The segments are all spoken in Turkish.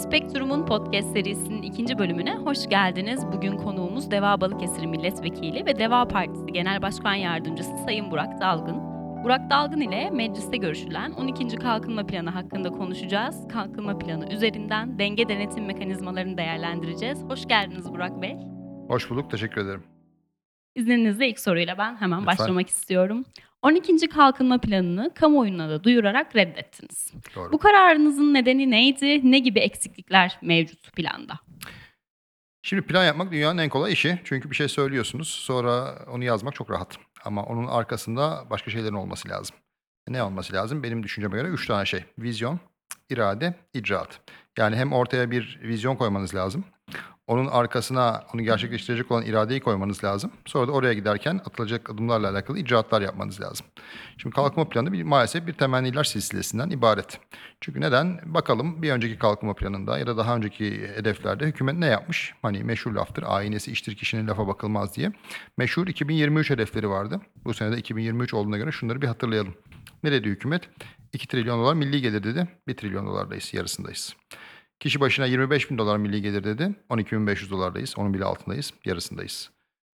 Spektrum'un podcast serisinin ikinci bölümüne hoş geldiniz. Bugün konuğumuz Deva Balıkesir Milletvekili ve Deva Partisi Genel Başkan Yardımcısı Sayın Burak Dalgın. Burak Dalgın ile mecliste görüşülen 12. Kalkınma Planı hakkında konuşacağız. Kalkınma Planı üzerinden denge denetim mekanizmalarını değerlendireceğiz. Hoş geldiniz Burak Bey. Hoş bulduk, teşekkür ederim. İzninizle ilk soruyla ben hemen Lütfen. başlamak istiyorum. 12. Kalkınma Planı'nı kamuoyuna da duyurarak reddettiniz. Doğru. Bu kararınızın nedeni neydi? Ne gibi eksiklikler mevcut planda? Şimdi plan yapmak dünyanın en kolay işi. Çünkü bir şey söylüyorsunuz, sonra onu yazmak çok rahat. Ama onun arkasında başka şeylerin olması lazım. Ne olması lazım? Benim düşünceme göre 3 tane şey. Vizyon, irade, icraat. Yani hem ortaya bir vizyon koymanız lazım. Onun arkasına onu gerçekleştirecek olan iradeyi koymanız lazım. Sonra da oraya giderken atılacak adımlarla alakalı icraatlar yapmanız lazım. Şimdi kalkınma planı maalesef bir temenniler silsilesinden ibaret. Çünkü neden? Bakalım bir önceki kalkınma planında ya da daha önceki hedeflerde hükümet ne yapmış? Hani meşhur laftır, aynesi iştir kişinin lafa bakılmaz diye. Meşhur 2023 hedefleri vardı. Bu sene de 2023 olduğuna göre şunları bir hatırlayalım. Ne dedi hükümet? 2 trilyon dolar milli gelir dedi. 1 trilyon dolardayız, yarısındayız. Kişi başına 25 bin dolar milli gelir dedi. 12.500 dolardayız. Onun bile altındayız. Yarısındayız.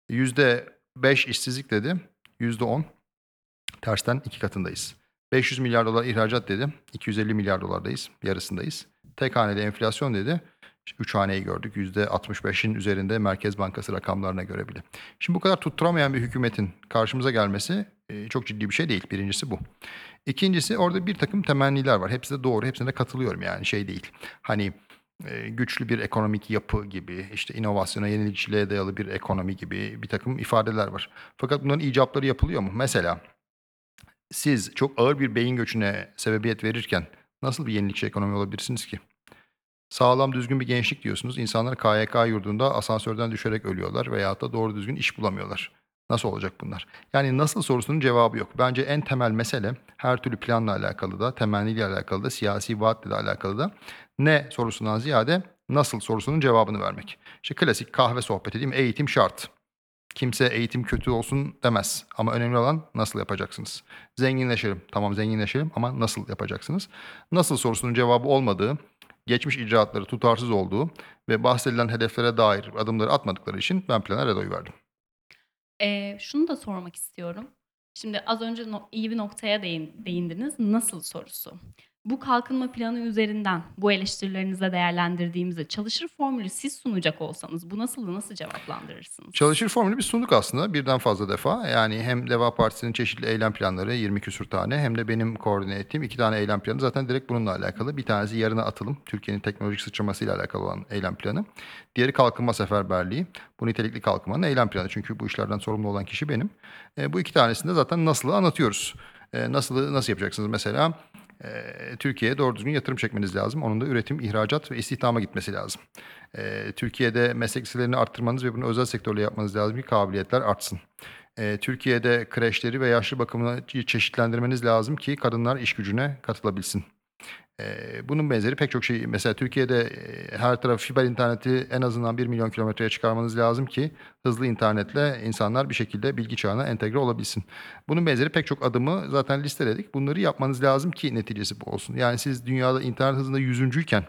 %5 işsizlik dedi. %10 tersten 2 katındayız. 500 milyar dolar ihracat dedi. 250 milyar dolardayız. Yarısındayız. Tek haneli enflasyon dedi. 3 haneyi gördük. %65'in üzerinde Merkez Bankası rakamlarına göre bile. Şimdi bu kadar tutturamayan bir hükümetin karşımıza gelmesi çok ciddi bir şey değil. Birincisi bu. İkincisi orada bir takım temenniler var. Hepsi de doğru. Hepsine de katılıyorum yani şey değil. Hani güçlü bir ekonomik yapı gibi, işte inovasyona, yenilikçiliğe dayalı bir ekonomi gibi bir takım ifadeler var. Fakat bunların icapları yapılıyor mu? Mesela siz çok ağır bir beyin göçüne sebebiyet verirken nasıl bir yenilikçi ekonomi olabilirsiniz ki? Sağlam düzgün bir gençlik diyorsunuz. İnsanlar KYK yurdunda asansörden düşerek ölüyorlar veyahut da doğru düzgün iş bulamıyorlar. Nasıl olacak bunlar? Yani nasıl sorusunun cevabı yok. Bence en temel mesele her türlü planla alakalı da, temenniyle alakalı da, siyasi vaatle de alakalı da ne sorusundan ziyade nasıl sorusunun cevabını vermek. İşte klasik kahve sohbeti değil mi? Eğitim şart. Kimse eğitim kötü olsun demez. Ama önemli olan nasıl yapacaksınız? Zenginleşelim. Tamam zenginleşelim ama nasıl yapacaksınız? Nasıl sorusunun cevabı olmadığı, geçmiş icraatları tutarsız olduğu ve bahsedilen hedeflere dair adımları atmadıkları için ben plana red oyu verdim. Şunu da sormak istiyorum. Şimdi az önce iyi bir noktaya değindiniz. Nasıl sorusu. Bu kalkınma planı üzerinden bu eleştirilerinize değerlendirdiğimizde çalışır formülü siz sunacak olsanız bu nasıl cevaplandırırsınız? Çalışır formülü bir sunduk aslında birden fazla defa. Yani hem Deva Partisi'nin çeşitli eylem planları 20 küsur tane hem de benim koordine ettiğim 2 tane eylem planı zaten direkt bununla alakalı. Bir tanesi yarına atılım, Türkiye'nin teknolojik sıçramasıyla alakalı olan eylem planı. Diğeri kalkınma seferberliği. Bu nitelikli kalkınmanın eylem planı. Çünkü bu işlerden sorumlu olan kişi benim. Bu iki tanesinde zaten nasılı anlatıyoruz. Nasıl yapacaksınız mesela? Türkiye'ye doğru düzgün yatırım çekmeniz lazım. Onun da üretim, ihracat ve istihdama gitmesi lazım. Türkiye'de meslek liselerini arttırmanız ve bunu özel sektörle yapmanız lazım ki kabiliyetler artsın. Türkiye'de kreşleri ve yaşlı bakımını çeşitlendirmeniz lazım ki kadınlar iş gücüne katılabilsin. Bunun benzeri pek çok şey. Mesela Türkiye'de her taraf fiber interneti en azından 1 milyon kilometreye çıkarmanız lazım ki hızlı internetle insanlar bir şekilde bilgi çağına entegre olabilsin. Bunun benzeri pek çok adımı zaten listeledik. Bunları yapmanız lazım ki neticesi bu olsun. Yani siz dünyada internet hızında 100'üncüyken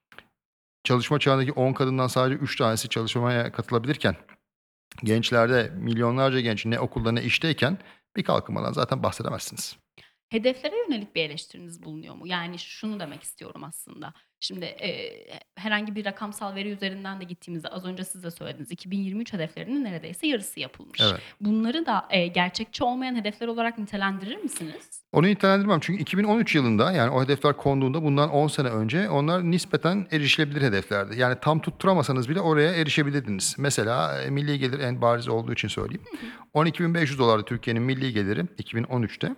çalışma çağındaki 10 kadından sadece 3 tanesi çalışmaya katılabilirken gençlerde milyonlarca genç ne okulda ne işteyken bir kalkınmadan zaten bahsedemezsiniz. Hedeflere yönelik bir eleştiriniz bulunuyor mu? Yani şunu demek istiyorum aslında. Şimdi, herhangi bir rakamsal veri üzerinden de gittiğimizde az önce siz de söylediniz, 2023 hedeflerinin neredeyse yarısı yapılmış. Evet. Bunları da, gerçekçi olmayan hedefler olarak nitelendirir misiniz? Onu nitelendirmem çünkü 2013 yılında yani o hedefler konduğunda bundan 10 sene önce onlar nispeten erişilebilir hedeflerdi. Yani tam tutturamasanız bile oraya erişebilirdiniz. Mesela milli gelir en bariz olduğu için söyleyeyim. Hı hı. 12.500 dolardı Türkiye'nin milli geliri 2013'te.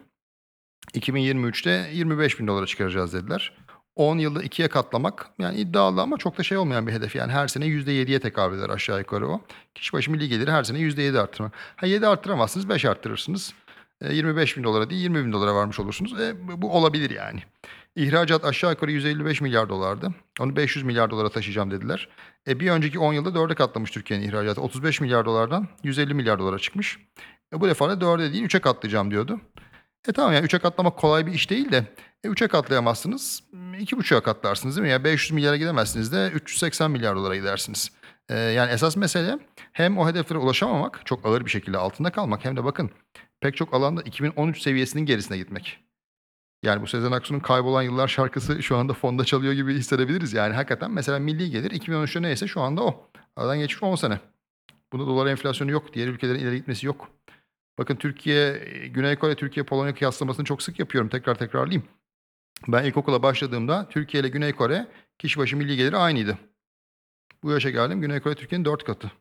2023'te 25 bin dolara çıkaracağız dediler. 10 yılda ikiye katlamak yani iddialı ama çok da şey olmayan bir hedef. Yani her sene %7'ye tekabül eder aşağı yukarı o. Kişi başı milli geliri her sene %7 arttırma. 7 arttıramazsınız 5 arttırırsınız. 25 bin dolara değil 20 bin dolara varmış olursunuz. Bu olabilir yani. İhracat aşağı yukarı 155 milyar dolardı. Onu 500 milyar dolara taşıyacağım dediler. Bir önceki 10 yılda 4'e katlamış Türkiye'nin ihracatı. 35 milyar dolardan 150 milyar dolara çıkmış. Bu defa da 4'e değil 3'e katlayacağım diyordu. Tamam yani 3'e katlamak kolay bir iş değil de 3'e katlayamazsınız. 2,5'a katlarsınız değil mi? Ya 500 milyara gidemezsiniz de 380 milyar dolara gidersiniz. Yani esas mesele hem o hedeflere ulaşamamak, çok ağır bir şekilde altında kalmak, hem de bakın pek çok alanda 2013 seviyesinin gerisine gitmek. Yani bu Sezen Aksu'nun Kaybolan Yıllar şarkısı şu anda fonda çalıyor gibi hissedebiliriz. Yani hakikaten mesela milli gelir 2013'te neyse şu anda o. Aradan geçmiş 10 sene. Bunda dolar enflasyonu yok. Diğer ülkelerin ileri gitmesi yok. Bakın Türkiye, Güney Kore, Türkiye, Polonya kıyaslamasını çok sık yapıyorum. Tekrarlayayım. Ben ilkokula başladığımda Türkiye ile Güney Kore kişi başı milli geliri aynıydı. Bu yaşa geldim, Güney Kore Türkiye'nin 4 katı.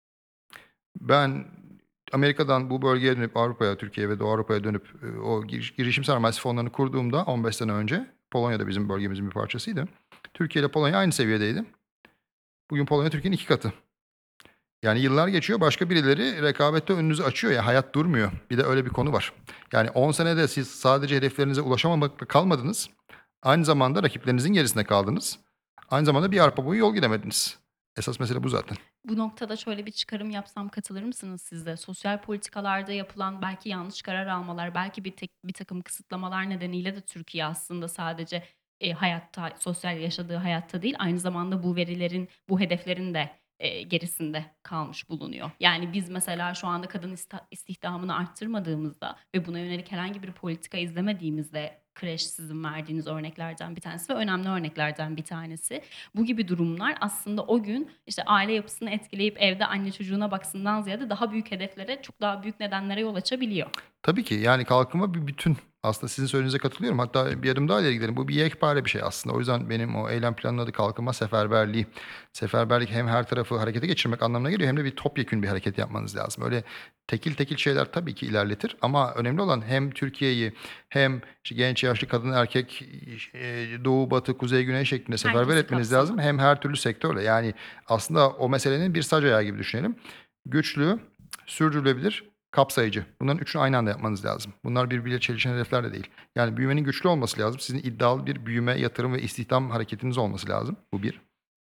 Ben Amerika'dan bu bölgeye dönüp Avrupa'ya, Türkiye ve Doğu Avrupa'ya dönüp o girişim sermayesi fonlarını kurduğumda 15 sene önce, Polonya da bizim bölgemizin bir parçasıydı. Türkiye ile Polonya aynı seviyedeydi. Bugün Polonya Türkiye'nin 2 katı. Yani yıllar geçiyor, başka birileri rekabette önünüzü açıyor ya, hayat durmuyor. Bir de öyle bir konu var. Yani 10 senede siz sadece hedeflerinize ulaşamamakla kalmadınız. Aynı zamanda rakiplerinizin gerisinde kaldınız. Aynı zamanda bir arpa boyu yol gidemediniz. Esas mesele bu zaten. Bu noktada şöyle bir çıkarım yapsam katılır mısınız siz de? Sosyal politikalarda yapılan belki yanlış karar almalar, belki bir takım kısıtlamalar nedeniyle de Türkiye aslında sadece hayatta, sosyal yaşadığı hayatta değil, aynı zamanda bu verilerin, bu hedeflerin de gerisinde kalmış bulunuyor. Yani biz mesela şu anda kadın istihdamını arttırmadığımızda ve buna yönelik herhangi bir politika izlemediğimizde, kreş sizin verdiğiniz örneklerden bir tanesi ve önemli örneklerden bir tanesi. Bu gibi durumlar aslında o gün işte aile yapısını etkileyip evde anne çocuğuna baksından ziyade daha büyük hedeflere, çok daha büyük nedenlere yol açabiliyor. Tabii ki yani kalkınma bir bütün. Aslında sizin söylediğinize katılıyorum. Hatta bir adım daha ileri gidelim. Bu bir yekpare bir şey aslında. O yüzden benim o eylem planının adı kalkınma seferberliği. Seferberlik hem her tarafı harekete geçirmek anlamına geliyor, hem de bir topyekün bir hareket yapmanız lazım. Öyle tekil tekil şeyler tabii ki ilerletir, ama önemli olan hem Türkiye'yi hem işte genç, yaşlı, kadın, erkek, doğu, batı, kuzey, güney şeklinde seferber Herkesi etmeniz kapsamak. lazım. Hem her türlü sektörle. Yani aslında o meselenin bir sac ayağı gibi düşünelim. Güçlü, sürdürülebilir, kapsayıcı. Bunların üçünü aynı anda yapmanız lazım. Bunlar birbiriyle çelişen hedefler de değil. Yani büyümenin güçlü olması lazım. Sizin iddialı bir büyüme, yatırım ve istihdam hareketiniz olması lazım. Bu bir.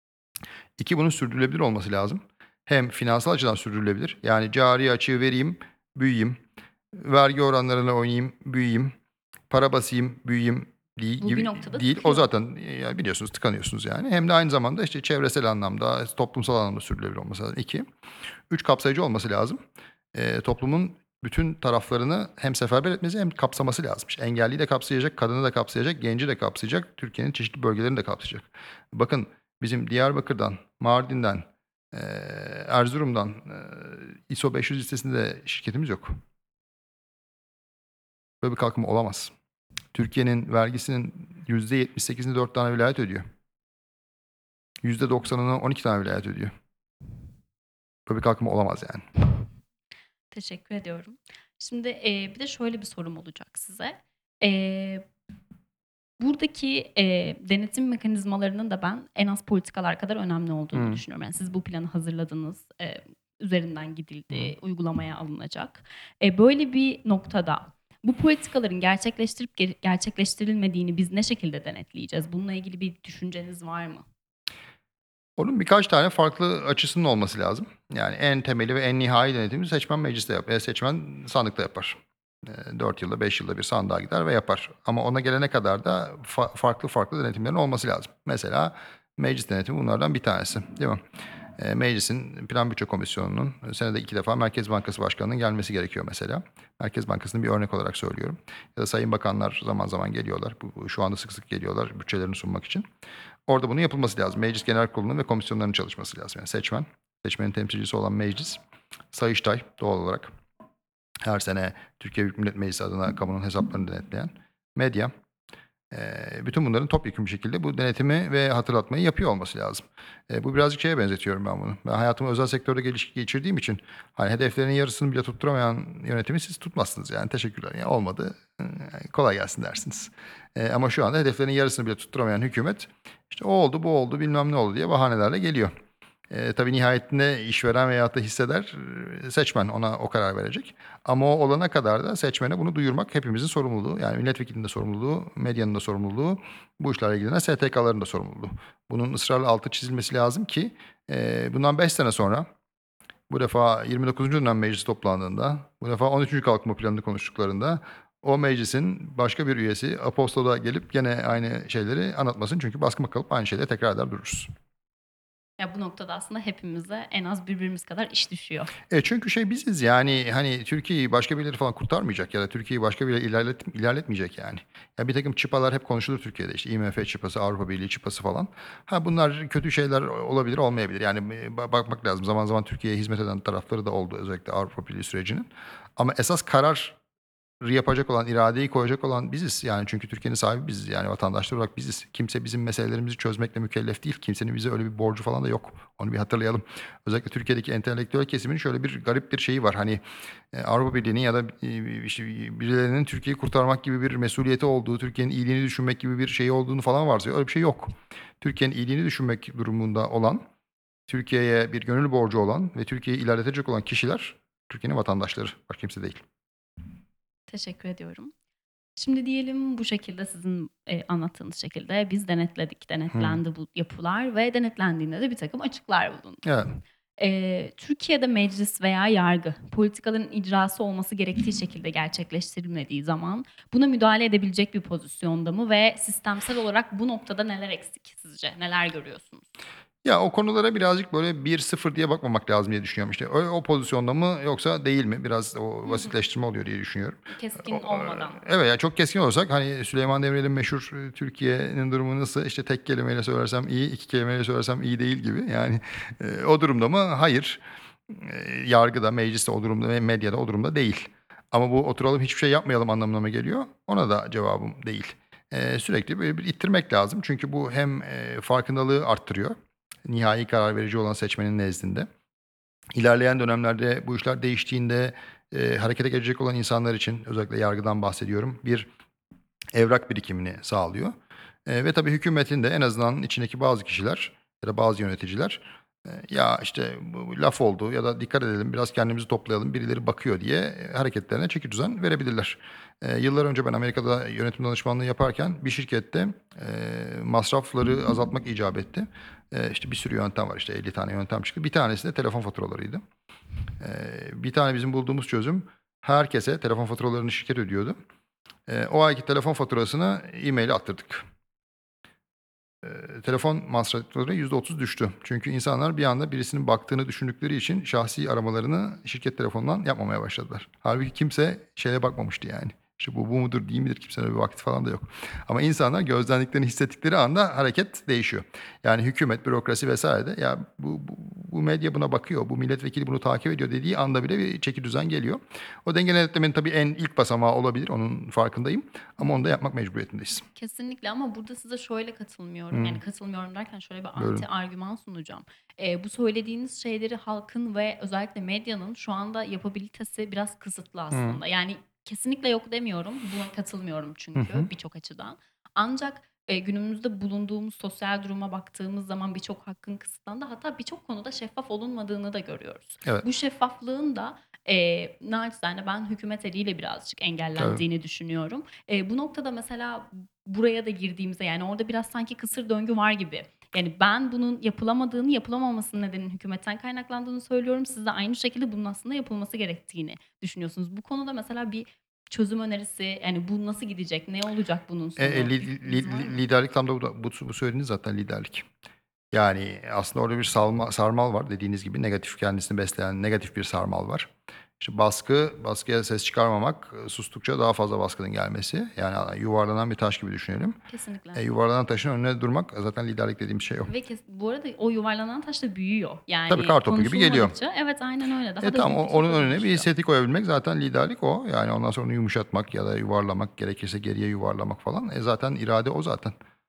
İki, bunun sürdürülebilir olması lazım. Hem finansal açıdan sürdürülebilir. Yani cari açığı vereyim, büyüyeyim. Vergi oranlarına oynayayım, büyüyeyim. Para basayım, büyüyeyim Bu bir gibi noktada değil. O tıkıyor. zaten ya biliyorsunuz, tıkanıyorsunuz yani. Hem de aynı zamanda işte çevresel anlamda, toplumsal anlamda sürdürülebilir olması lazım. İki. Üç, kapsayıcı olması lazım. Toplumun bütün taraflarını hem seferber etmesi hem kapsaması lazım. İşte engelliyi de kapsayacak, kadını da kapsayacak, genci de kapsayacak, Türkiye'nin çeşitli bölgelerini de kapsayacak. Bakın bizim Diyarbakır'dan, Mardin'den, eee, Erzurum'dan ISO 500 listesinde şirketimiz yok. Böyle bir kalkınma olamaz. Türkiye'nin vergisinin %78'ini 4 tane vilayet ödüyor. %90'ını 12 tane vilayet ödüyor. Böyle bir kalkınma olamaz yani. Teşekkür ediyorum. Şimdi bir de şöyle bir sorum olacak size. Eee, buradaki denetim mekanizmalarının da ben en az politikalar kadar önemli olduğunu Hı. düşünüyorum. Yani siz bu planı hazırladınız, üzerinden Hı. gidildi, uygulamaya alınacak. Böyle bir noktada bu politikaların gerçekleştirip gerçekleştirilmediğini biz ne şekilde denetleyeceğiz? Bununla ilgili bir düşünceniz var mı? Onun birkaç tane farklı açısının olması lazım. Yani en temeli ve en nihai denetimi seçmen mecliste yapar. Seçmen sandıkta yapar. 4 yılda 5 yılda bir sandığa gider ve yapar. Ama ona gelene kadar da farklı farklı denetimlerin olması lazım. Mesela meclis denetimi bunlardan bir tanesi, değil mi? Meclisin Plan Bütçe Komisyonu'nun senede 2 defa Merkez Bankası Başkanı'nın gelmesi gerekiyor mesela. Merkez Bankası'nın bir örnek olarak söylüyorum. Ya da sayın bakanlar zaman zaman geliyorlar. Şu anda sık sık geliyorlar bütçelerini sunmak için. Orada bunun yapılması lazım. Meclis Genel Kurulu'nun ve komisyonlarının çalışması lazım. Yani seçmenin temsilcisi olan meclis, Sayıştay doğal olarak her sene Türkiye Büyük Millet Meclisi adına kamunun hesaplarını denetleyen, medya, bütün bunların topyekun bir şekilde bu denetimi ve hatırlatmayı yapıyor olması lazım. Bu birazcık şeye benzetiyorum ben bunu. Ben hayatımı özel sektörde geçirdiğim için hani hedeflerinin yarısını bile tutturamayan yönetimi siz tutmazsınız. Yani teşekkürler. Yani olmadı. Kolay gelsin dersiniz. Ama şu anda hedeflerinin yarısını bile tutturamayan hükümet işte o oldu, bu oldu, bilmem ne oldu diye bahanelerle geliyor. Tabii nihayetinde işveren veyahut da hisseder, seçmen ona o karar verecek. Ama o olana kadar da seçmene bunu duyurmak hepimizin sorumluluğu. Yani milletvekilinin de sorumluluğu, medyanın da sorumluluğu, bu işlerle ilgilenen STK'ların da sorumluluğu. Bunun ısrarla altı çizilmesi lazım ki bundan 5 sene sonra, bu defa 29. dönem meclis toplandığında, bu defa 13. kalkınma planını konuştuklarında o meclisin başka bir üyesi Apostol'a gelip gene aynı şeyleri anlatmasın. Çünkü baskın kalıp aynı şeyleri tekrar eder dururuz. Ya bu noktada aslında hepimize en az birbirimiz kadar iş düşüyor. Çünkü biziz yani hani Türkiye'yi başka birileri falan kurtarmayacak ya da Türkiye'yi başka birileri ilerletmeyecek yani. Ya bir takım çıpalar hep konuşulur Türkiye'de işte IMF çıpası, Avrupa Birliği çıpası falan. Ha bunlar kötü şeyler olabilir, olmayabilir. Yani bakmak lazım. Zaman zaman Türkiye'ye hizmet eden tarafları da oldu özellikle Avrupa Birliği sürecinin. Ama esas karar yapacak olan, iradeyi koyacak olan biziz. Yani çünkü Türkiye'nin sahibi biziz. Yani vatandaşlar olarak biziz. Kimse bizim meselelerimizi çözmekle mükellef değil. Kimsenin bize öyle bir borcu falan da yok. Onu bir hatırlayalım. Özellikle Türkiye'deki entelektüel kesimin şöyle bir garip bir şeyi var. Hani Avrupa Birliği'nin ya da işte birilerinin Türkiye'yi kurtarmak gibi bir mesuliyeti olduğu, Türkiye'nin iyiliğini düşünmek gibi bir şey olduğunu falan varsayıyor. Öyle bir şey yok. Türkiye'nin iyiliğini düşünmek durumunda olan, Türkiye'ye bir gönül borcu olan ve Türkiye'yi ilerletecek olan kişiler Türkiye'nin vatandaşları. Başka kimse değil. Teşekkür ediyorum. Şimdi diyelim bu şekilde sizin anlattığınız şekilde biz denetledik, Hı. denetlendi bu yapılar ve denetlendiğinde de bir takım açıklar bulundu. Evet. Türkiye'de meclis veya yargı politikaların icrası olması gerektiği şekilde gerçekleştirilmediği zaman buna müdahale edebilecek bir pozisyonda mı ve sistemsel olarak bu noktada neler eksik sizce? Neler görüyorsunuz? Ya o konulara birazcık böyle 1-0 diye bakmamak lazım diye düşünüyorum. İşte o pozisyonda mı yoksa değil mi? Biraz o Hı hı. basitleştirme oluyor diye düşünüyorum. Keskin olmadan. Evet yani çok keskin olsak hani Süleyman Demirel'in meşhur Türkiye'nin durumu nasıl işte tek kelimeyle söylersem iyi, iki kelimeyle söylersem iyi değil gibi. Yani o durumda mı? Hayır. Yargıda, mecliste o durumda ve medyada o durumda değil. Ama bu oturalım hiçbir şey yapmayalım anlamına mı geliyor? Ona da cevabım değil. Sürekli böyle bir ittirmek lazım. Çünkü bu hem farkındalığı arttırıyor. Nihai karar verici olan seçmenin nezdinde. İlerleyen dönemlerde bu işler değiştiğinde harekete geçecek olan insanlar için özellikle yargıdan bahsediyorum. Bir evrak birikimini sağlıyor. Ve tabii hükümetin de en azından içindeki bazı kişiler ya da bazı yöneticiler ya işte bu laf oldu ya da dikkat edelim biraz kendimizi toplayalım birileri bakıyor diye hareketlerine çekidüzen verebilirler. Yıllar önce ben Amerika'da yönetim danışmanlığı yaparken bir şirkette masrafları azaltmak icap etti. İşte bir sürü yöntem var işte 50 tane yöntem çıktı. Bir tanesi de telefon faturalarıydı. Bir tane bizim bulduğumuz çözüm herkese telefon faturalarını şirket ödüyordu. O ayki telefon faturasını e-mail'e attırdık. Telefon masrafları %30 düştü. Çünkü insanlar bir anda birisinin baktığını düşündükleri için şahsi aramalarını şirket telefonundan yapmamaya başladılar. Halbuki kimse şeye bakmamıştı yani. İşte bu mudur değil midir kimsenin bir vakti falan da yok. Ama insanlar gözlendiklerini hissettikleri anda hareket değişiyor. Yani hükümet, bürokrasi vesaire de ya bu medya buna bakıyor, bu milletvekili bunu takip ediyor dediği anda bile bir çekidüzen geliyor. O denge denetlemenin tabii en ilk basamağı olabilir, onun farkındayım. Ama onu da yapmak mecburiyetindeyiz. Kesinlikle ama burada size şöyle katılmıyorum. Hı, Yani katılmıyorum derken şöyle bir buyurun. anti argüman sunacağım. Bu söylediğiniz şeyleri halkın ve özellikle medyanın şu anda yapabilitesi biraz kısıtlı Hı, aslında. Yani kesinlikle yok demiyorum. Buna katılmıyorum hı hı. çünkü birçok açıdan. Ancak günümüzde bulunduğumuz sosyal duruma baktığımız zaman birçok hakkın kısıtlandı. Hatta birçok konuda şeffaf olunmadığını da görüyoruz. Evet, Bu şeffaflığın da naçizane ben hükümet eliyle birazcık tabii. engellendiğini düşünüyorum. Bu noktada mesela buraya da girdiğimizde yani orada biraz sanki kısır döngü var gibi. Yani ben bunun yapılamadığını, yapılamamasının nedeninin hükümetten kaynaklandığını söylüyorum. Siz de aynı şekilde bunun aslında yapılması gerektiğini düşünüyorsunuz. Bu konuda mesela bir çözüm önerisi, yani bu nasıl gidecek, ne olacak bunun sonu, fikriniz var mı? Liderlik tam da bu söylediğiniz zaten liderlik. Yani aslında orada bir sarmal var dediğiniz gibi negatif kendisini besleyen negatif bir sarmal var. İşte baskıya ses çıkarmamak, sustukça daha fazla baskının gelmesi. Yani yuvarlanan bir taş gibi düşünelim. Kesinlikle. Yuvarlanan taşın önüne durmak zaten liderlik dediğimiz şey o. Ve bu arada o yuvarlanan taş da büyüyor. Tabii Yani kartopu gibi geliyor. konuşulmadıkça evet aynen öyle. Daha da Tamam büyük bir onun topa önüne bir dönüşüyor. seti koyabilmek zaten liderlik o. Yani ondan sonra onu yumuşatmak ya da yuvarlamak gerekirse geriye yuvarlamak falan. Zaten irade o zaten.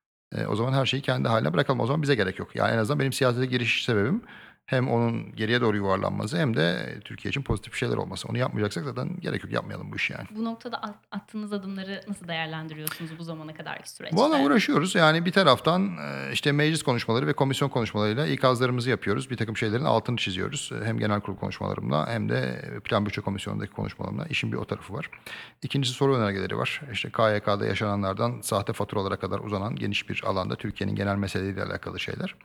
O zaman her şeyi kendi haline bırakalım. O zaman bize gerek yok. Yani en azından benim siyasete giriş sebebim hem onun geriye doğru yuvarlanması hem de Türkiye için pozitif şeyler olması. Onu yapmayacaksak zaten gerek yok. Yapmayalım bu işi yani. Bu noktada attığınız adımları nasıl değerlendiriyorsunuz bu zamana kadarki Valla süreçte? uğraşıyoruz. Yani bir taraftan işte meclis konuşmaları ve komisyon konuşmalarıyla ikazlarımızı yapıyoruz. Bir takım şeylerin altını çiziyoruz. Hem genel kurul konuşmalarımla hem de plan bütçe komisyonundaki konuşmalarımla. İşin bir o tarafı var. İkincisi soru önergeleri var. İşte KYK'da yaşananlardan sahte faturalara kadar uzanan geniş bir alanda Türkiye'nin genel meseleleriyle alakalı şeyler.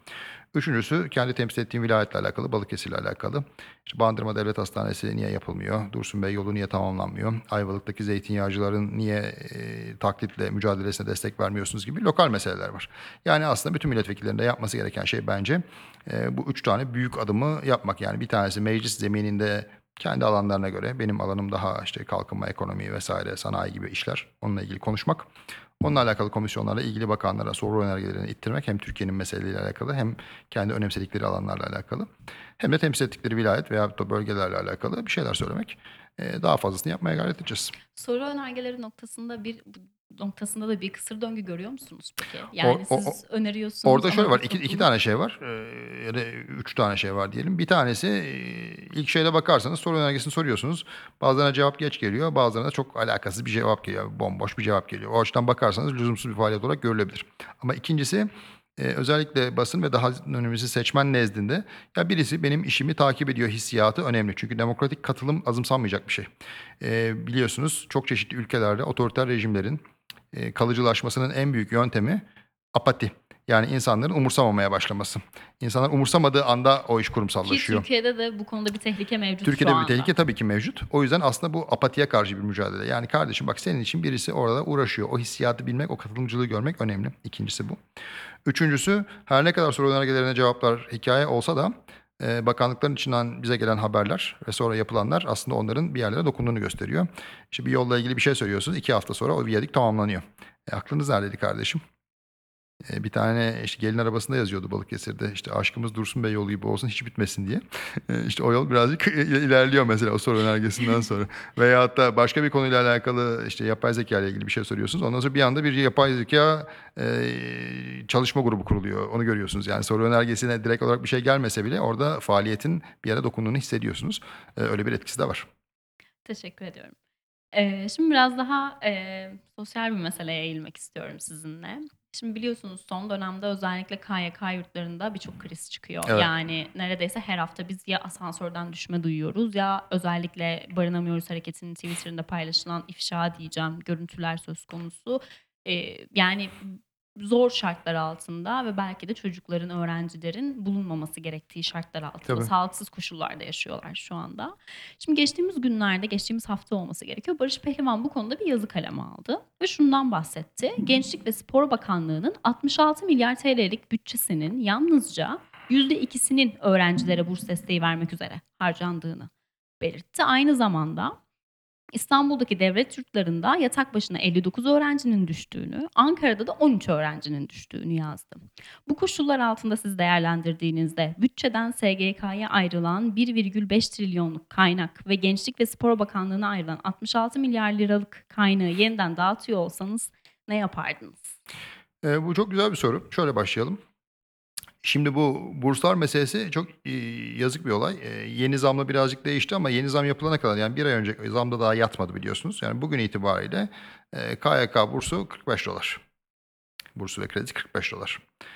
Üçüncüsü kendi temsil ettiğim vilayetle alakalı, Balıkesir'le alakalı. İşte Bandırma Devlet Hastanesi niye yapılmıyor? Dursunbey yolu niye tamamlanmıyor? Ayvalık'taki zeytinyağcıların niye taklitle mücadelesine destek vermiyorsunuz gibi lokal meseleler var. Yani aslında bütün milletvekillerinin de yapması gereken şey bence bu üç tane büyük adımı yapmak. Yani bir tanesi meclis zemininde kendi alanlarına göre, benim alanım daha işte kalkınma, ekonomi vesaire, sanayi gibi işler. Onunla ilgili konuşmak. Onunla alakalı komisyonlarla ilgili bakanlara soru önergelerini ittirmek, hem Türkiye'nin meseleleriyle alakalı hem kendi önemsedikleri alanlarla alakalı hem de temsil ettikleri vilayet veya da bölgelerle alakalı bir şeyler söylemek. Daha fazlasını yapmaya gayret edeceğiz. Soru önergeleri noktasında da bir kısır döngü görüyor musunuz peki? O, Yani o, siz öneriyorsunuz Orada şöyle ama var. bir İki topluluk. tane şey var. Ya da üç tane şey var diyelim. Bir tanesi ilk şeyde bakarsanız soru önergesini soruyorsunuz. Bazılarına cevap geç geliyor. Bazılarına çok alakasız bir cevap geliyor. Bomboş bir cevap geliyor. O açıdan bakarsanız lüzumsuz bir faaliyet olarak görülebilir. Ama ikincisi özellikle basın ve daha önemlisi seçmen nezdinde ya birisi benim işimi takip ediyor hissiyatı önemli. Çünkü demokratik katılım azımsanmayacak bir şey. Biliyorsunuz çok çeşitli ülkelerde otoriter rejimlerin kalıcılaşmasının en büyük yöntemi apati. Yani insanların umursamamaya başlaması. İnsanlar umursamadığı anda o iş Ki kurumsallaşıyor. Türkiye'de de bu konuda bir tehlike mevcut şu Türkiye'de bir anda. tehlike tabii ki mevcut. O yüzden aslında bu apatiye karşı bir mücadele. Yani kardeşim bak, senin için birisi orada uğraşıyor. O hissiyatı bilmek, o katılımcılığı görmek önemli. İkincisi bu. Üçüncüsü, her ne kadar soru önergelerine cevaplar hikaye olsa da bakanlıkların içinden bize gelen haberler ve sonra yapılanlar aslında onların bir yerlere dokunduğunu gösteriyor. İşte bir yolla ilgili bir şey söylüyorsunuz. 2 hafta sonra o viyadük tamamlanıyor. Aklınız neredeydi kardeşim? Bir tane işte gelin arabasında yazıyordu Balıkesir'de, işte aşkımız Dursun Bey yolu gibi olsun hiç bitmesin diye. İşte o yol birazcık ilerliyor mesela o soru önergesinden sonra. Veyahut da başka bir konuyla alakalı işte yapay zeka ile ilgili bir şey soruyorsunuz. Ondan sonra bir anda bir yapay zeka çalışma grubu kuruluyor. Onu görüyorsunuz. Yani soru önergesine direkt olarak bir şey gelmese bile orada faaliyetin bir yere dokunduğunu hissediyorsunuz. Öyle bir etkisi de var. Teşekkür ediyorum. Şimdi biraz daha, sosyal bir meseleye eğilmek istiyorum sizinle. Şimdi biliyorsunuz son dönemde özellikle KYK yurtlarında birçok kriz çıkıyor. Evet. Yani neredeyse her hafta biz ya asansörden düşme duyuyoruz ya özellikle Barınamıyoruz Hareketi'nin Twitter'ında paylaşılan ifşa diyeceğim görüntüler söz konusu. Yani zor şartlar altında ve belki de çocukların, öğrencilerin bulunmaması gerektiği şartlar altında Tabii. sağlıksız koşullarda yaşıyorlar şu anda. Şimdi geçtiğimiz hafta olması gerekiyor. Barış Pehlivan bu konuda bir yazı kaleme aldı ve şundan bahsetti. Gençlik ve Spor Bakanlığı'nın 66 milyar TL'lik bütçesinin yalnızca %2'sinin öğrencilere burs desteği vermek üzere harcandığını belirtti. Aynı zamanda İstanbul'daki devlet yurtlarında yatak başına 59 öğrencinin düştüğünü, Ankara'da da 13 öğrencinin düştüğünü yazdı. Bu koşullar altında siz değerlendirdiğinizde bütçeden SGK'ya ayrılan 1,5 trilyonluk kaynak ve Gençlik ve Spor Bakanlığı'na ayrılan 66 milyar liralık kaynağı yeniden dağıtıyor olsanız ne yapardınız? Bu çok güzel bir soru. Şöyle başlayalım. Şimdi bu burslar meselesi çok yazık bir olay. Yeni zamla birazcık değişti ama yeni zam yapılana kadar, yani bir ay önce zamda daha yatmadı biliyorsunuz. Yani bugün itibariyle KYK bursu $45. Bursu ve kredisi $45.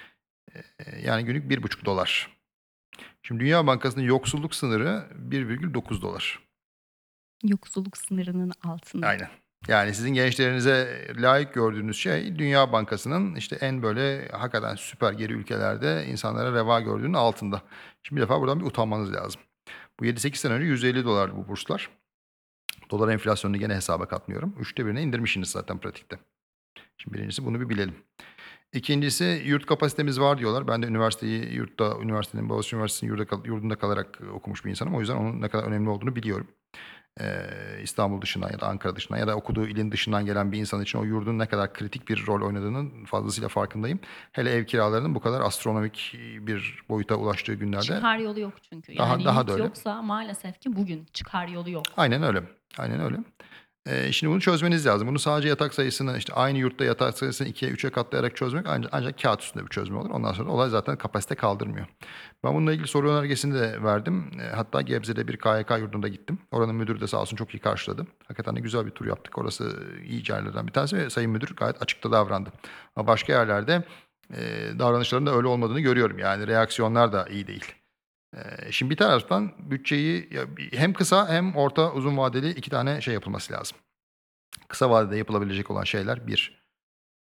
Yani günlük $1,5. Şimdi Dünya Bankası'nın yoksulluk sınırı $1,9. Yoksulluk sınırının altında. Aynen. Yani sizin gençlerinize layık gördüğünüz şey Dünya Bankası'nın işte en böyle hakikaten süper geri ülkelerde insanlara reva gördüğünün altında. Şimdi bir defa buradan bir utanmanız lazım. Bu 7-8 sene önce $150 bu burslar. Dolar enflasyonunu gene hesaba katmıyorum. 1/3'e indirmişsiniz zaten pratikte. Şimdi birincisi bunu bir bilelim. İkincisi, yurt kapasitemiz var diyorlar. Ben de üniversitenin Boğaziçi Üniversitesi'nin yurdunda kalarak okumuş bir insanım. O yüzden onun ne kadar önemli olduğunu biliyorum. İstanbul dışından ya da Ankara dışından ya da okuduğu ilin dışından gelen bir insan için o yurdun ne kadar kritik bir rol oynadığının fazlasıyla farkındayım. Hele ev kiralarının bu kadar astronomik bir boyuta ulaştığı günlerde Çıkar yolu yok çünkü. daha Yani daha yurt da öyle. yoksa maalesef ki bugün çıkar yolu yok. Aynen öyle. Aynen öyle. Şimdi bunu çözmeniz lazım. Bunu sadece yatak sayısını, işte aynı yurtta yatak sayısını 2'ye 3'e katlayarak çözmek ancak kağıt üstünde bir çözüm olur. Ondan sonra olay zaten kapasite kaldırmıyor. Ben bununla ilgili soru önergesini de verdim. Hatta Gebze'de bir KYK yurdunda gittim. Oranın müdürü de sağ olsun çok iyi karşıladı. Hakikaten de güzel bir tur yaptık. Orası iyi yerlerden bir tanesi ve sayın müdür gayet açıkta davrandı. Ama başka yerlerde davranışların da öyle olmadığını görüyorum. Yani reaksiyonlar da iyi değil. Şimdi bir taraftan bütçeyi hem kısa hem orta uzun vadeli 2 tane şey yapılması lazım. Kısa vadede yapılabilecek olan şeyler: bir,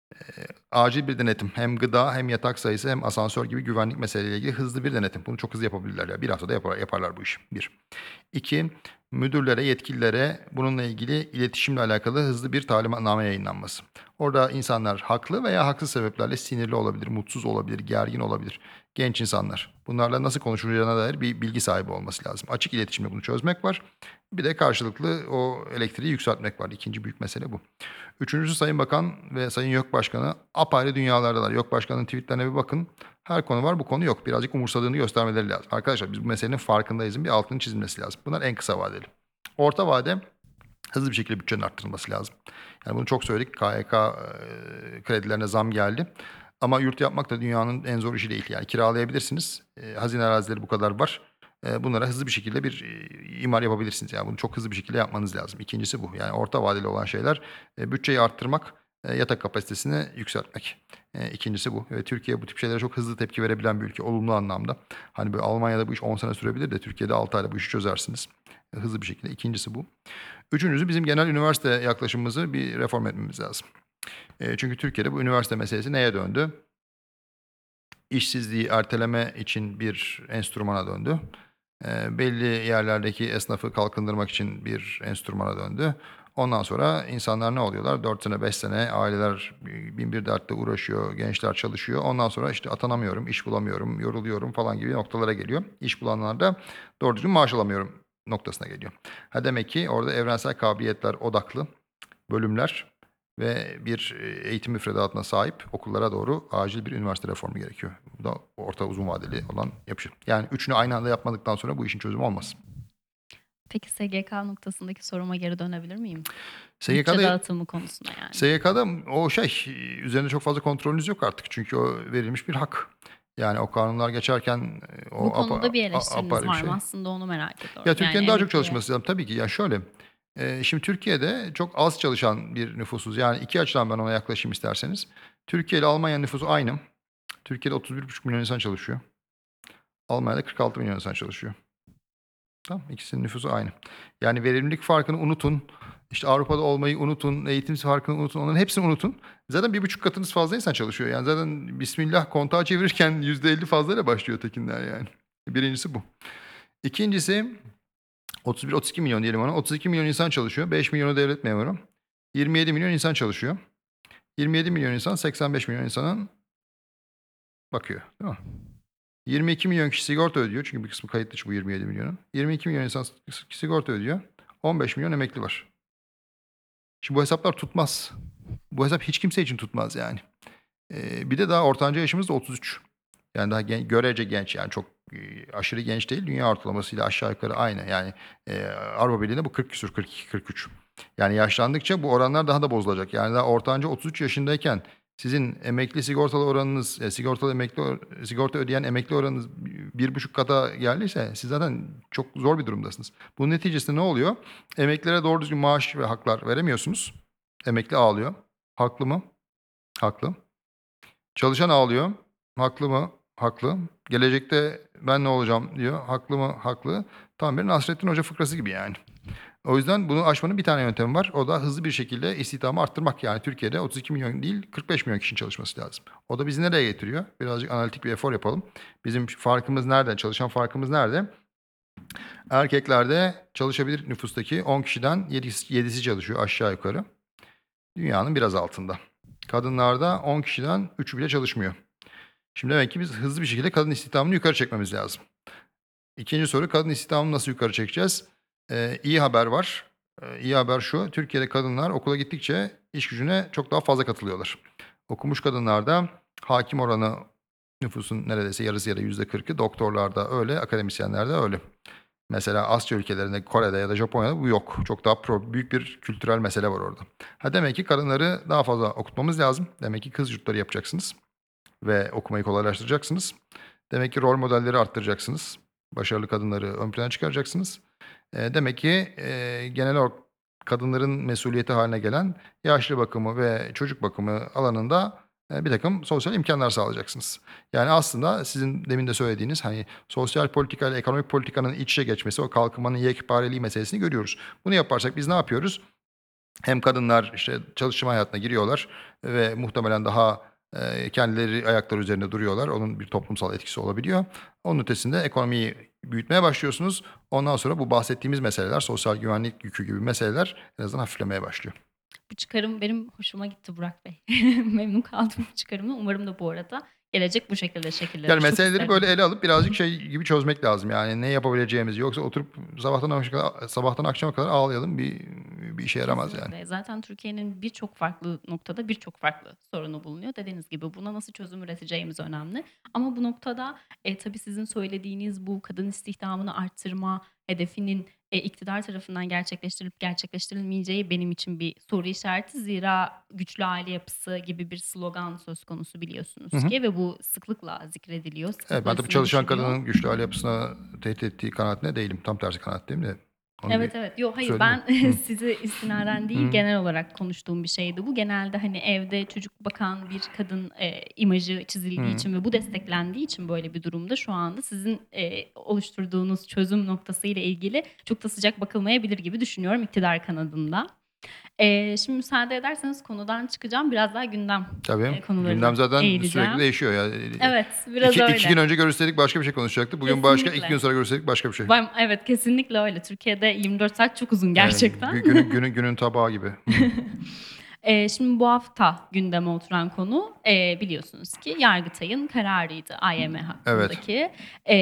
Acil bir denetim. Hem gıda hem yatak sayısı hem asansör gibi güvenlik meseleleriyle ilgili hızlı bir denetim. Bunu çok hızlı yapabilirler ya. Bir haftada yaparlar bu işi. Bir. İki, müdürlere, yetkililere bununla ilgili iletişimle alakalı hızlı bir talimatname yayınlanması. Orada insanlar haklı veya haksız sebeplerle sinirli olabilir, mutsuz olabilir, gergin olabilir. Genç insanlar. Bunlarla nasıl konuşulacağına dair bir bilgi sahibi olması lazım. Açık iletişimle bunu çözmek var. Bir de karşılıklı o elektriği yükseltmek var. İkinci büyük mesele bu. Üçüncüsü Sayın Bakan ve Sayın YÖK Başkanı apayrı dünyalardalar. YÖK Başkanı'nın tweetlerine bir bakın. Her konu var, bu konu yok. Birazcık umursadığını göstermeleri lazım. Arkadaşlar biz bu meselenin farkındayızın bir altının çizilmesi lazım. Bunlar en kısa vadeli. Orta vade hızlı bir şekilde bütçenin arttırılması lazım. Yani bunu çok söyledik. KYK kredilerine zam geldi. Ama yurt yapmak da dünyanın en zor işi değil. Yani kiralayabilirsiniz. Hazine arazileri bu kadar var. Bunlara hızlı bir şekilde bir imar yapabilirsiniz. Yani bunu çok hızlı bir şekilde yapmanız lazım. İkincisi bu. Yani orta vadeli olan şeyler bütçeyi arttırmak, yatak kapasitesini yükseltmek. İkincisi bu. Ve Türkiye bu tip şeylere çok hızlı tepki verebilen bir ülke olumlu anlamda. Hani böyle Almanya'da bu iş 10 sene sürebilir de Türkiye'de 6 ayda bu işi çözersiniz. Hızlı bir şekilde. İkincisi bu. Üçüncüsü bizim genel üniversite yaklaşımımızı bir reform etmemiz lazım. Çünkü Türkiye'de bu üniversite meselesi neye döndü? İşsizliği erteleme için bir enstrümana döndü. Belli yerlerdeki esnafı kalkındırmak için bir enstrümana döndü. Ondan sonra insanlar ne oluyorlar? 4 sene, 5 sene aileler bin bir dertle uğraşıyor, gençler çalışıyor. Ondan sonra işte atanamıyorum, iş bulamıyorum, yoruluyorum falan gibi noktalara geliyor. İş bulanlar da doğru düzgün maaş alamıyorum noktasına geliyor. Demek ki orada evrensel kabiliyetler odaklı bölümler ve bir eğitim müfredatına sahip okullara doğru acil bir üniversite reformu gerekiyor. Bu da orta uzun vadeli olan yapışı. Yani üçünü aynı anda yapmadıktan sonra bu işin çözümü olmaz. Peki SGK noktasındaki soruma geri dönebilir miyim? Bütçe SGK'da, dağıtımı konusunda yani. SGK'da o üzerinde çok fazla kontrolünüz yok artık. Çünkü o verilmiş bir hak. Yani o kanunlar geçerken Bu o konuda bir eleştiriniz apayrı bir var şey. mı? Aslında onu merak ediyorum. Ya Yani Türkiye'nin daha çok emekliye çalışması lazım. Tabii ki ya şöyle. Şimdi Türkiye'de çok az çalışan bir nüfusuz. Yani iki açıdan ben ona yaklaşayım isterseniz. Türkiye ile Almanya nüfusu aynı. Türkiye'de 31,5 milyon insan çalışıyor. Almanya'da 46 milyon insan çalışıyor. Tamam, ikisinin nüfusu aynı. Yani verimlilik farkını unutun. İşte Avrupa'da olmayı unutun. Eğitim farkını unutun. Onların hepsini unutun. Zaten 1,5 katınız fazla insan çalışıyor. Yani zaten Bismillah kontağı çevirirken %50 fazlayla başlıyor tekinler yani. Birincisi bu. İkincisi 31-32 milyon diyelim ona. 32 milyon insan çalışıyor. 5 milyonu devlet memuru. 27 milyon insan çalışıyor. 27 milyon insan 85 milyon insanın bakıyor. Değil mi? 22 milyon kişi sigorta ödüyor. Çünkü bir kısmı kayıt dışı bu 27 milyonun. 22 milyon insan sigorta ödüyor. 15 milyon emekli var. Şimdi bu hesaplar tutmaz. Bu hesap hiç kimse için tutmaz yani. Bir de daha ortanca yaşımız da 33. Yani daha görece genç, yani çok aşırı genç değil. Dünya ortalamasıyla aşağı yukarı aynı. Yani Avrupa Birliği'nde bu 40 küsur, 42, 43. Yani yaşlandıkça bu oranlar daha da bozulacak. Yani daha ortanca 33 yaşındayken sizin emekli sigortalı oranınız, sigortalı emekli sigorta ödeyen emekli oranınız 1,5 kata geldiyse siz zaten çok zor bir durumdasınız. Bunun neticesinde ne oluyor? Emeklilere doğru düzgün maaş ve haklar veremiyorsunuz. Emekli ağlıyor. Haklı mı? Haklı. Çalışan ağlıyor. Haklı mı? Haklı. Gelecekte ben ne olacağım diyor. Haklı mı? Haklı. Tam bir Nasrettin Hoca fıkrası gibi yani. O yüzden bunu aşmanın bir tane yöntemi var. O da hızlı bir şekilde istihdamı arttırmak. Yani Türkiye'de 32 milyon değil 45 milyon kişinin çalışması lazım. O da bizi nereye getiriyor? Birazcık analitik bir efor yapalım. Bizim farkımız nerede? Çalışan farkımız nerede? Erkeklerde çalışabilir nüfustaki 10 kişiden 7'si çalışıyor aşağı yukarı. Dünyanın biraz altında. Kadınlarda 10 kişiden 3'ü bile çalışmıyor. Şimdi demek ki biz hızlı bir şekilde kadın istihdamını yukarı çekmemiz lazım. İkinci soru, kadın istihdamını nasıl yukarı çekeceğiz? İyi haber var. İyi haber şu, Türkiye'de kadınlar okula gittikçe iş gücüne çok daha fazla katılıyorlar. Okumuş kadınlarda hakim oranı nüfusun neredeyse yarısı ya da %40'ı, doktorlarda öyle, akademisyenlerde öyle. Mesela Asya ülkelerinde, Kore'de ya da Japonya'da bu yok. Çok daha büyük bir kültürel mesele var orada. Demek ki kadınları daha fazla okutmamız lazım. Demek ki kız yurtları yapacaksınız ve okumayı kolaylaştıracaksınız. Demek ki rol modelleri arttıracaksınız. Başarılı kadınları ön plana çıkaracaksınız. Demek ki genel olarak kadınların mesuliyeti haline gelen yaşlı bakımı ve çocuk bakımı alanında bir takım sosyal imkanlar sağlayacaksınız. Yani aslında sizin demin de söylediğiniz hani sosyal politika ile ekonomik politikanın iç içe geçmesi, o kalkınmanın yekpareliği meselesini görüyoruz. Bunu yaparsak biz ne yapıyoruz? Hem kadınlar işte çalışma hayatına giriyorlar ve muhtemelen daha kendileri ayakları üzerinde duruyorlar. Onun bir toplumsal etkisi olabiliyor. Onun ötesinde ekonomiyi büyütmeye başlıyorsunuz. Ondan sonra bu bahsettiğimiz meseleler, sosyal güvenlik yükü gibi meseleler en azından hafiflemeye başlıyor. Bu çıkarım benim hoşuma gitti Burak Bey. Memnun kaldım bu çıkarımla. Umarım da bu arada gelecek bu şekilde Yani şekillenir. Çok meseleleri isterim. böyle ele alıp birazcık şey gibi çözmek lazım. Yani ne yapabileceğimizi, yoksa oturup sabahtan akşama kadar ağlayalım, bir işe yaramaz yani. Kesinlikle. Zaten Türkiye'nin birçok farklı noktada birçok farklı sorunu bulunuyor. Dediğiniz gibi buna nasıl çözüm üreteceğimiz önemli. Ama bu noktada tabii sizin söylediğiniz bu kadın istihdamını arttırma hedefinin iktidar tarafından gerçekleştirilip gerçekleştirilmeyeceği benim için bir soru işareti. Zira güçlü aile yapısı gibi bir slogan söz konusu Hı biliyorsunuz hı. ki ve bu sıklıkla zikrediliyor, Evet, sıklıkla ben tabii üstüne çalışan düşülüyor. kadının güçlü aile yapısına tehdit ettiği kanaatinde değilim. Tam tersi kanaatteyim de. Onu bir Evet, evet. Yo, hayır, söyleyeyim ben mi? Hı. sizi istinaden değil, Hı. genel olarak konuştuğum bir şeydi bu. Genelde, hani, evde çocuk bakan bir kadın, imajı çizildiği Hı. için ve bu desteklendiği için böyle bir durumda şu anda sizin, oluşturduğunuz çözüm noktasıyla ilgili çok da sıcak bakılmayabilir gibi düşünüyorum iktidar kanadında. Şimdi müsaade ederseniz konudan çıkacağım. Biraz daha gündem, Tabii. Gündem konularına zaten sürekli eğileceğim. değişiyor ya. Evet, biraz İki gün öyle. önce görüşseydik başka bir şey konuşacaktık. Bugün başka, 2 gün Kesinlikle. sonra görüşseydik başka bir şey. Evet, kesinlikle öyle. Türkiye'de 24 saat çok uzun Evet, gerçekten. günün tabağı gibi. Hı. Şimdi bu hafta gündeme oturan konu, biliyorsunuz ki Yargıtay'ın kararıydı IMF Evet. hakkındaki.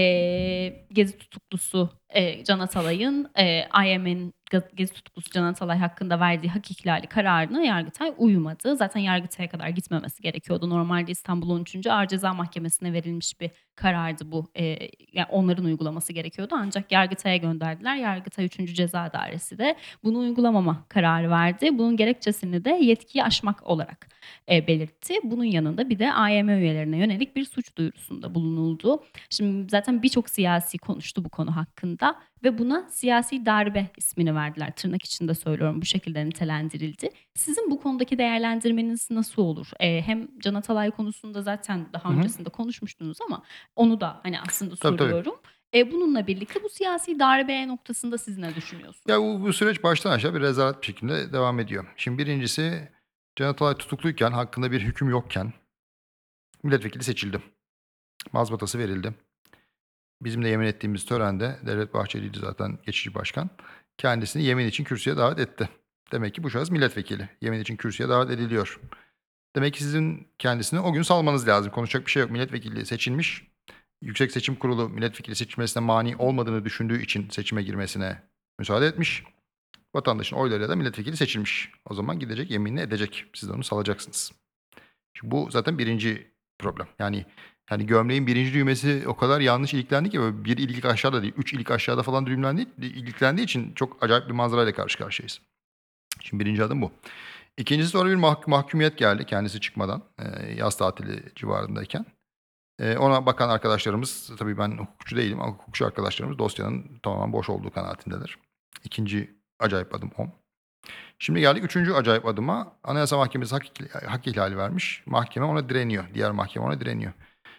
Gezi tutuklusu, Can Atalay'ın, IMF'in Gezi tutuklusu Can Atalay hakkında verdiği hak ihlali kararına Yargıtay uymadı. Zaten Yargıtay'a kadar gitmemesi gerekiyordu. Normalde İstanbul 13. Ağır Ceza Mahkemesi'ne verilmiş bir karardı bu. Yani onların uygulaması gerekiyordu ancak Yargıtay'a gönderdiler. Yargıtay 3. Ceza Dairesi de bunu uygulamama kararı verdi. Bunun gerekçesini de yetkiyi aşmak olarak belirtti. Bunun yanında bir de AYM üyelerine yönelik bir suç duyurusunda bulunuldu. Şimdi zaten birçok siyasi konuştu bu konu hakkında ve buna siyasi darbe ismini verdiler. Tırnak içinde söylüyorum, bu şekilde nitelendirildi. Sizin bu konudaki değerlendirmeniz nasıl olur? Hem Can Atalay konusunda zaten daha Hı hı. öncesinde konuşmuştunuz ama onu da hani aslında Tabii, tabii. soruyorum. Bununla birlikte bu siyasi darbe noktasında siz ne düşünüyorsunuz? Ya bu süreç baştan aşağı bir rezalet bir şekilde devam ediyor. Şimdi birincisi, Can Atalay tutukluyken, hakkında bir hüküm yokken milletvekili seçildi. Mazbatası verildi. Bizim de yemin ettiğimiz törende Devlet Bahçeli'ydi zaten geçici başkan. Kendisini yemin için kürsüye davet etti. Demek ki bu şahıs milletvekili. Yemin için kürsüye davet ediliyor. Demek ki sizin kendisini o gün salmanız lazım. Konuşacak bir şey yok. Milletvekili seçilmiş. Yüksek Seçim Kurulu milletvekili seçilmesine mani olmadığını düşündüğü için seçime girmesine müsaade etmiş. Vatandaşın oylarıyla da milletvekili seçilmiş. O zaman gidecek, yeminini edecek. Siz de onu salacaksınız. Şimdi bu zaten birinci problem. Yani gömleğin birinci düğmesi o kadar yanlış iliklendi ki, böyle bir ilik aşağıda değil, 3 ilik aşağıda falan iliklendiği için çok acayip bir manzarayla karşı karşıyayız. Şimdi birinci adım bu. İkincisi, sonra bir mahkumiyet geldi kendisi çıkmadan, yaz tatili civarındayken. Ona bakan arkadaşlarımız, tabii ben hukukçu değilim ama hukukçu arkadaşlarımız dosyanın tamamen boş olduğu kanaatindedir. İkinci acayip adım o. Şimdi geldik üçüncü acayip adıma. Anayasa Mahkemesi hak ihlali vermiş. Mahkeme ona direniyor. Diğer mahkeme ona direniyor.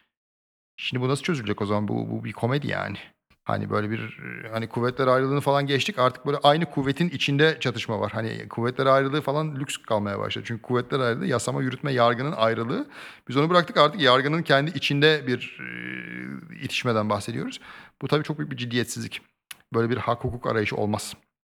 Şimdi bu nasıl çözülecek o zaman? Bu bir komedi yani. Hani böyle bir hani kuvvetler ayrılığını falan geçtik. Artık böyle aynı kuvvetin içinde çatışma var. Hani kuvvetler ayrılığı falan lüks kalmaya başladı. Çünkü kuvvetler ayrılığı, yasama, yürütme, yargının ayrılığı. Biz onu bıraktık, artık yargının kendi içinde bir itişmeden bahsediyoruz. Bu tabii çok büyük bir ciddiyetsizlik. Böyle bir hak hukuk arayışı olmaz.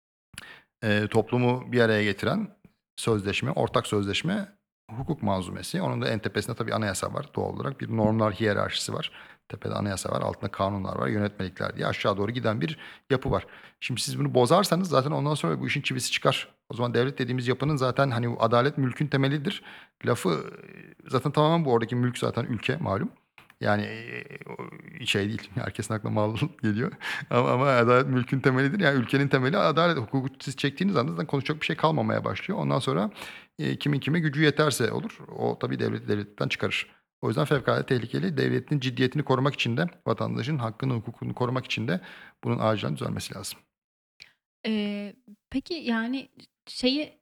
Toplumu bir araya getiren sözleşme, ortak sözleşme, hukuk manzumesi. Onun da en tepesinde tabii anayasa var. Doğal olarak bir normlar hiyerarşisi var. Tepede anayasa var, altında kanunlar var, yönetmelikler diye aşağı doğru giden bir yapı var. Şimdi siz bunu bozarsanız zaten ondan sonra bu işin çivisi çıkar. O zaman devlet dediğimiz yapının zaten hani adalet mülkün temelidir. Lafı zaten tamamen bu, oradaki mülk zaten ülke malum. Yani şey değil, herkesin aklına mal geliyor. Ama adalet mülkün temelidir. Yani ülkenin temeli adalet. Hukuku siz çektiğiniz anda zaten konuşacak bir şey kalmamaya başlıyor. Ondan sonra kimin kime gücü yeterse olur. O tabii devleti devletten çıkarır. O yüzden fevkalade tehlikeli. Devletin ciddiyetini korumak için de, vatandaşın hakkını, hukukunu korumak için de bunun acilen düzelmesi lazım. Eee, peki, yani, şeyi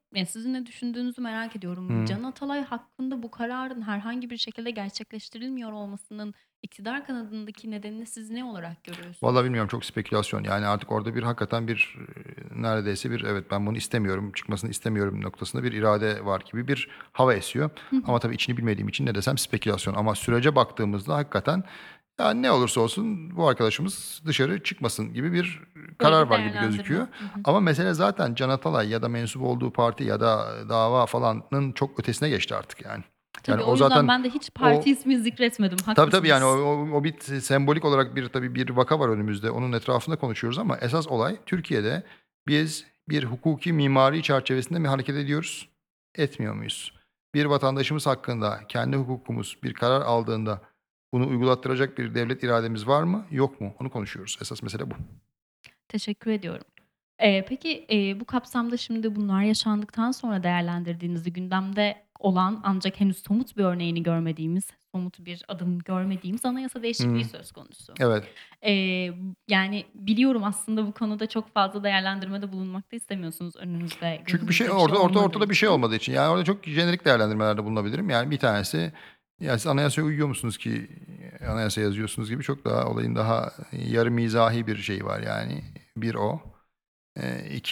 Sizin ne düşündüğünüzü merak ediyorum. Hıı. Can Atalay hakkında bu kararın herhangi bir şekilde gerçekleştirilmiyor olmasının iktidar kanadındaki nedenini siz ne olarak Vallahi görüyorsunuz? bilmiyorum, çok spekülasyon. Yani artık orada bir hakikaten bir, neredeyse bir evet ben bunu istemiyorum, çıkmasını istemiyorum noktasında bir irade var gibi bir hava esiyor. Hı hı. Ama tabii içini bilmediğim için ne desem spekülasyon. Ama sürece baktığımızda hakikaten ya ne olursa olsun bu arkadaşımız dışarı çıkmasın gibi bir Böyle karar bir var gibi değerlendirme. gözüküyor. Hı hı. Ama mesele zaten Can Atalay ya da mensup olduğu parti ya da dava falanın çok ötesine geçti artık yani. Yani Tabii, o o yüzden zaten ben de hiç parti o ismi zikretmedim, tabii, yani haklısınız. o bir sembolik olarak bir tabii bir vaka var önümüzde. Onun etrafında konuşuyoruz ama esas olay Türkiye'de biz bir hukuki mimari çerçevesinde mi hareket ediyoruz, etmiyor muyuz? Bir vatandaşımız hakkında kendi hukukumuz bir karar aldığında bunu uygulattıracak bir devlet irademiz var mı, yok mu? Onu konuşuyoruz. Esas mesele bu. Teşekkür ediyorum. Peki, bu kapsamda şimdi bunlar yaşandıktan sonra değerlendirdiğinizde gündemde olan ancak henüz somut bir örneğini görmediğimiz, somut bir adım görmediğimiz anayasa değişikliği Hıı. söz konusu. Evet. Yani, biliyorum aslında bu konuda çok fazla değerlendirmede bulunmak da istemiyorsunuz önünüzde, Çünkü bir şey gözünüzde bir şey olmadığı ortada bir şey için. olmadığı için. Yani orada çok jenerik değerlendirmelerde bulunabilirim. Yani bir tanesi, ya siz anayasaya uyuyor musunuz ki anayasa yazıyorsunuz gibi çok daha olayın daha yarı mizahi bir şeyi var yani. Bir o. 2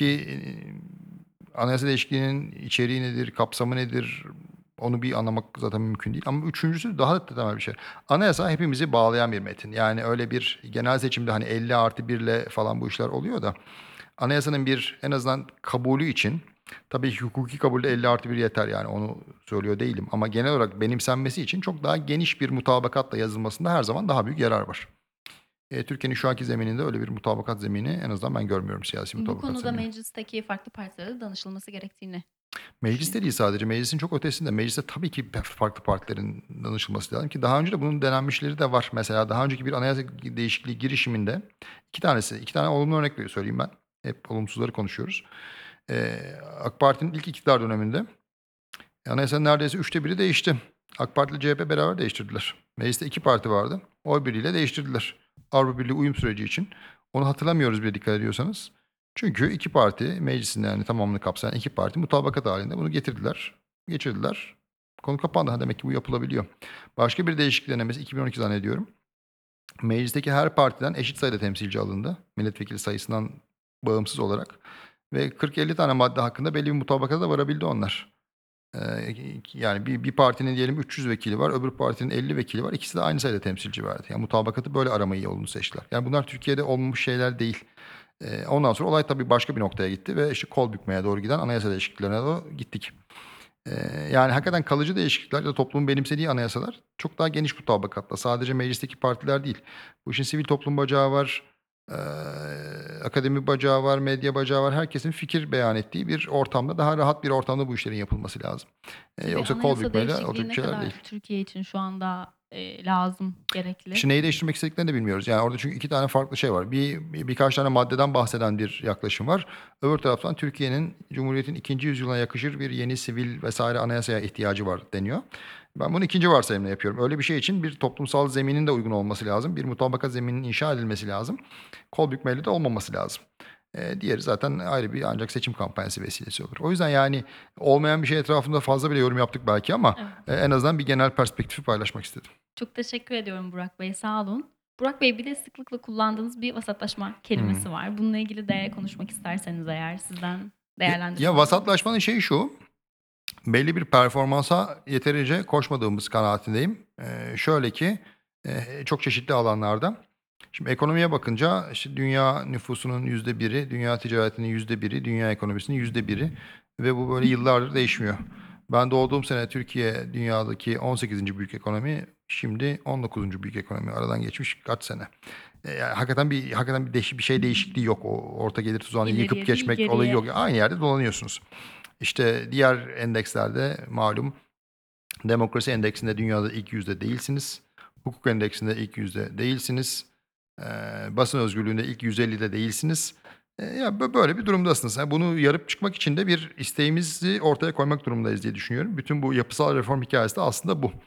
anayasa değişikliğinin içeriği nedir, kapsamı nedir onu bir anlamak zaten mümkün değil. Ama üçüncüsü daha da temel bir şey. Anayasa hepimizi bağlayan bir metin. Yani öyle bir genel seçimde hani 50+1'le falan bu işler oluyor da anayasanın bir en azından kabulü için tabii ki hukuki kabulde 50+1 yeter yani onu söylüyor değilim. Ama genel olarak benimsenmesi için çok daha geniş bir mutabakatla yazılmasında her zaman daha büyük yarar var. Türkiye'nin şu anki zemininde öyle bir mutabakat zemini en azından ben görmüyorum, siyasi Bu mutabakat konuda zemini. meclisteki farklı partilere de danışılması gerektiğini Mecliste değil düşünüyorum. sadece, meclisin çok ötesinde. Mecliste tabii ki farklı partilerin danışılması lazım ki daha önce de bunun denenmişleri de var. Mesela daha önceki bir anayasa değişikliği girişiminde 2 tane olumlu örnek söyleyeyim ben. Hep olumsuzları konuşuyoruz. AK Parti'nin ilk iktidar döneminde anayasanın neredeyse 1/3'ü değişti. AK Parti ile CHP beraber değiştirdiler. Mecliste 2 parti vardı. Oy birliğiyle değiştirdiler. Avrupa Birliği uyum süreci için. Onu hatırlamıyoruz bile dikkat ediyorsanız. Çünkü 2 parti meclisin yani tamamını kapsayan 2 parti mutabakat halinde bunu getirdiler, geçirdiler. Konu kapandı. Ha, demek ki bu yapılabiliyor. Başka bir değişiklik denemesi 2012 zannediyorum. Meclisteki her partiden eşit sayıda temsilci alındı. Milletvekili sayısından bağımsız olarak. Ve 40-50 tane madde hakkında belli bir mutabakata da varabildi onlar. Yani bir partinin diyelim 300 vekili var, öbür partinin 50 vekili var. İkisi de aynı sayıda temsilci verdi. Yani mutabakatı böyle aramayı yolunu seçtiler. Yani bunlar Türkiye'de olmamış şeyler değil. Ondan sonra olay tabii başka bir noktaya gitti ve işte kol bükmeye doğru giden anayasa değişikliklerine doğru gittik. Yani hakikaten kalıcı değişiklikler ya da toplumun benimsediği anayasalar çok daha geniş mutabakatla. Sadece meclisteki partiler değil. Bu işin sivil toplum bacağı var, eee, akademi bacağı var, medya bacağı var. Herkesin fikir beyan ettiği bir ortamda, daha rahat bir ortamda bu işlerin yapılması lazım. Tabii, Yoksa kol anayasa bükmeyle olacak değişikliği bir ne şeyler değil. kadar Türkiye için şu anda, lazım, gerekli? İşte neyi değiştirmek istediklerini de bilmiyoruz. Yani orada çünkü 2 tane farklı şey var. Birkaç tane maddeden bahseden bir yaklaşım var. Öbür taraftan Türkiye'nin Cumhuriyet'in 2. yüzyılına yakışır bir yeni sivil vesaire anayasaya ihtiyacı var deniyor. Ben bunu ikinci varsayımla yapıyorum. Öyle bir şey için bir toplumsal zeminin de uygun olması lazım. Bir mutabakat zemininin inşa edilmesi lazım. Kol bükmeyle de olmaması lazım. Diğeri zaten ayrı bir ancak seçim kampanyası vesilesi olur. O yüzden yani olmayan bir şey etrafında fazla bile yorum yaptık belki ama Evet. en azından bir genel perspektifi paylaşmak istedim. Çok teşekkür ediyorum Burak Bey, sağ olun. Burak Bey, bir de sıklıkla kullandığınız bir vasatlaşma Hımm. kelimesi var. Bununla ilgili de konuşmak isterseniz eğer sizden Ya, değerlendirme almak vasatlaşmanın isterim. şeyi şu, belli bir performansa yeterince koşmadığımız kanaatindeyim. Şöyle ki, çok çeşitli alanlarda. Şimdi ekonomiye bakınca, işte, dünya nüfusunun %1'i, dünya ticaretinin %1'i, dünya ekonomisinin %1'i ve bu böyle yıllardır değişmiyor. Ben doğduğum sene Türkiye dünyadaki 18. büyük ekonomi, şimdi 19. büyük ekonomi. Aradan geçmiş kaç sene. Yani hakikaten bir şey değişikliği yok. O orta gelir tuzağını yıkıp İleriye değil, geçmek olayı yok. geriye. Aynı yerde dolanıyorsunuz. İşte diğer endekslerde malum demokrasi endeksinde dünyada ilk yüzde değilsiniz. Hukuk endeksinde ilk yüzde değilsiniz. Basın özgürlüğünde ilk 150'de değilsiniz. Ya böyle bir durumdasınız. Ha, bunu yarıp çıkmak için de bir isteğimizi ortaya koymak durumundayız diye düşünüyorum. Bütün bu yapısal reform hikayesi de aslında bu.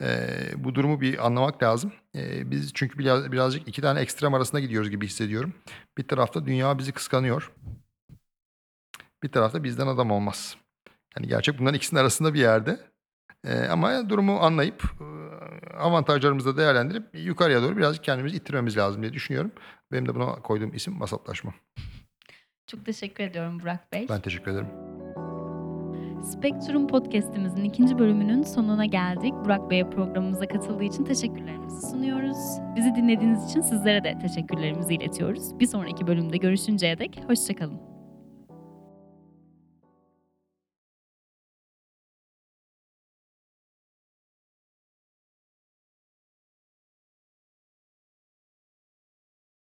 Bu durumu bir anlamak lazım. Biz çünkü birazcık 2 tane ekstrem arasında gidiyoruz gibi hissediyorum. Bir tarafta dünya bizi kıskanıyor. Bir tarafta bizden adam olmaz. Yani gerçek bunların ikisinin arasında bir yerde. Ama durumu anlayıp, avantajlarımızı da değerlendirip yukarıya doğru birazcık kendimizi ittirmemiz lazım diye düşünüyorum. Benim de buna koyduğum isim vasatlaşma. Çok teşekkür ediyorum Burak Bey. Ben teşekkür ederim. Spektrum Podcast'imizin 2. bölümünün sonuna geldik. Burak Bey'e programımıza katıldığı için teşekkürlerimizi sunuyoruz. Bizi dinlediğiniz için sizlere de teşekkürlerimizi iletiyoruz. Bir sonraki bölümde görüşünceye dek hoşça kalın.